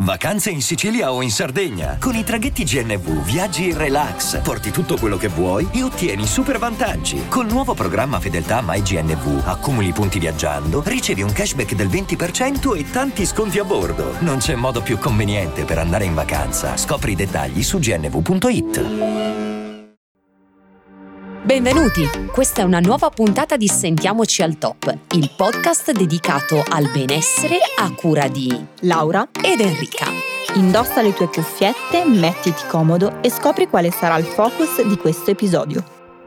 Vacanze in Sicilia o in Sardegna. Con i traghetti GNV viaggi in relax, porti tutto quello che vuoi e ottieni super vantaggi. Col nuovo programma Fedeltà MyGNV accumuli punti viaggiando, ricevi un cashback del 20% e tanti sconti a bordo. Non c'è modo più conveniente per andare in vacanza. Scopri i dettagli su gnv.it. Benvenuti! Questa è una nuova puntata di Sentiamoci al Top, il podcast dedicato al benessere a cura di Laura ed Enrica. Indossa le tue cuffiette, mettiti comodo e scopri quale sarà il focus di questo episodio.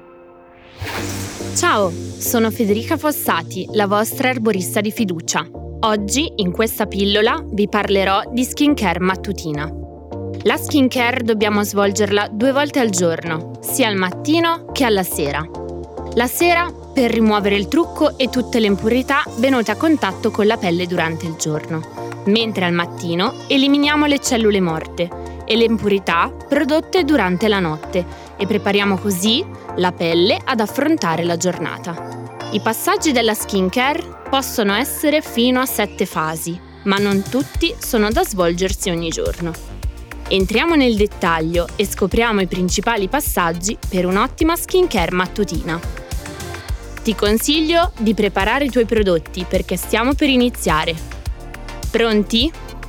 Ciao, sono Federica Fossati, la vostra erborista di fiducia. Oggi, in questa pillola, vi parlerò di skincare mattutina. La skincare dobbiamo svolgerla 2 volte al giorno, sia al mattino che alla sera. La sera per rimuovere il trucco e tutte le impurità venute a contatto con la pelle durante il giorno, mentre al mattino eliminiamo le cellule morte e le impurità prodotte durante la notte e prepariamo così la pelle ad affrontare la giornata. I passaggi della skincare possono essere fino a 7 fasi, ma non tutti sono da svolgersi ogni giorno. Entriamo nel dettaglio e scopriamo i principali passaggi per un'ottima skincare mattutina. Ti consiglio di preparare i tuoi prodotti perché stiamo per iniziare. Pronti?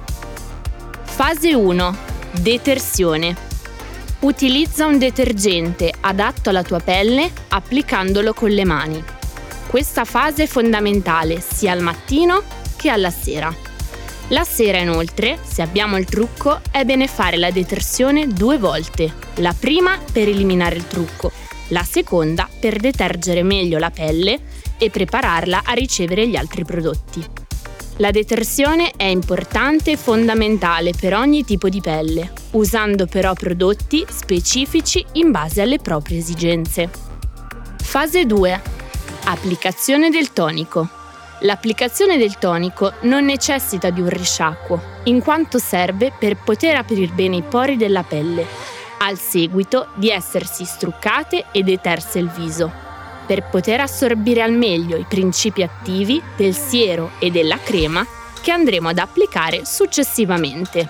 Fase 1. Detersione. Utilizza un detergente adatto alla tua pelle applicandolo con le mani. Questa fase è fondamentale sia al mattino che alla sera. La sera inoltre, se abbiamo il trucco, è bene fare la detersione 2 volte. La prima per eliminare il trucco, la seconda per detergere meglio la pelle e prepararla a ricevere gli altri prodotti. La detersione è importante e fondamentale per ogni tipo di pelle, usando però prodotti specifici in base alle proprie esigenze. Fase 2. Applicazione del tonico. L'applicazione del tonico non necessita di un risciacquo, in quanto serve per poter aprire bene i pori della pelle, al seguito di essersi struccate e deterse il viso, per poter assorbire al meglio i principi attivi del siero e della crema che andremo ad applicare successivamente.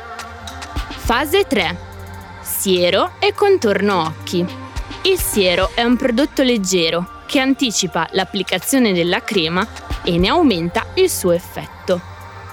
Fase 3. Siero e contorno occhi. Il siero è un prodotto leggero che anticipa l'applicazione della crema e ne aumenta il suo effetto.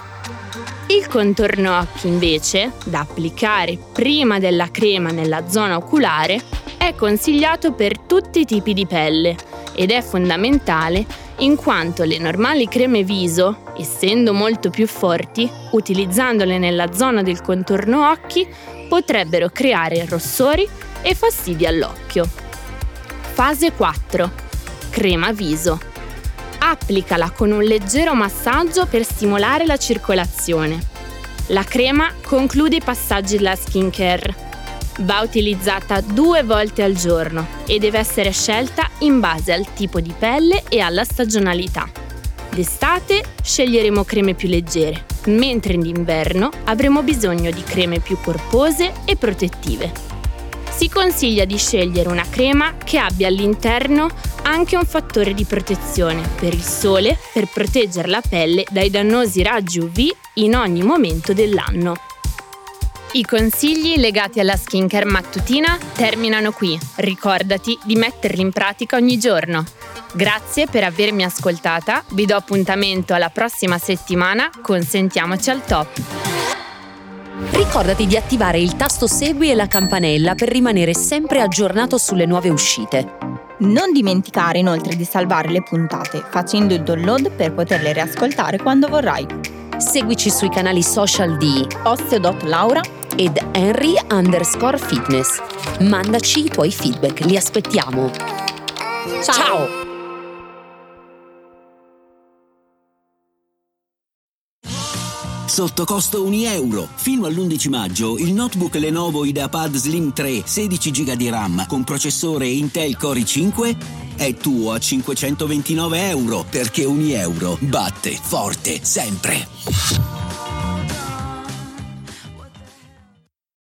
Il contorno occhi invece, da applicare prima della crema nella zona oculare, è consigliato per tutti i tipi di pelle ed è fondamentale in quanto le normali creme viso, essendo molto più forti, utilizzandole nella zona del contorno occhi, potrebbero creare rossori e fastidi all'occhio. Fase 4. Crema viso. Applicala con un leggero massaggio per stimolare la circolazione. La crema conclude i passaggi della skincare. Va utilizzata 2 volte al giorno e deve essere scelta in base al tipo di pelle e alla stagionalità. D'estate sceglieremo creme più leggere, mentre in inverno avremo bisogno di creme più corpose e protettive. Si consiglia di scegliere una crema che abbia all'interno anche un fattore di protezione per il sole per proteggere la pelle dai dannosi raggi UV in ogni momento dell'anno. I consigli legati alla skincare mattutina terminano qui. Ricordati di metterli in pratica ogni giorno. Grazie per avermi ascoltata, vi do appuntamento alla prossima settimana con Sentiamoci al Top. Ricordati di attivare il tasto segui e la campanella per rimanere sempre aggiornato sulle nuove uscite. Non dimenticare inoltre di salvare le puntate facendo il download per poterle riascoltare quando vorrai. Seguici sui canali social di Osteo.Laura ed Henry_Fitness. Mandaci i tuoi feedback, li aspettiamo. Ciao! Sotto costo €1. Fino all'11 maggio il notebook Lenovo IdeaPad Slim 3 16 GB di RAM con processore Intel Core i5 è tuo a €529 perché €1 batte forte sempre.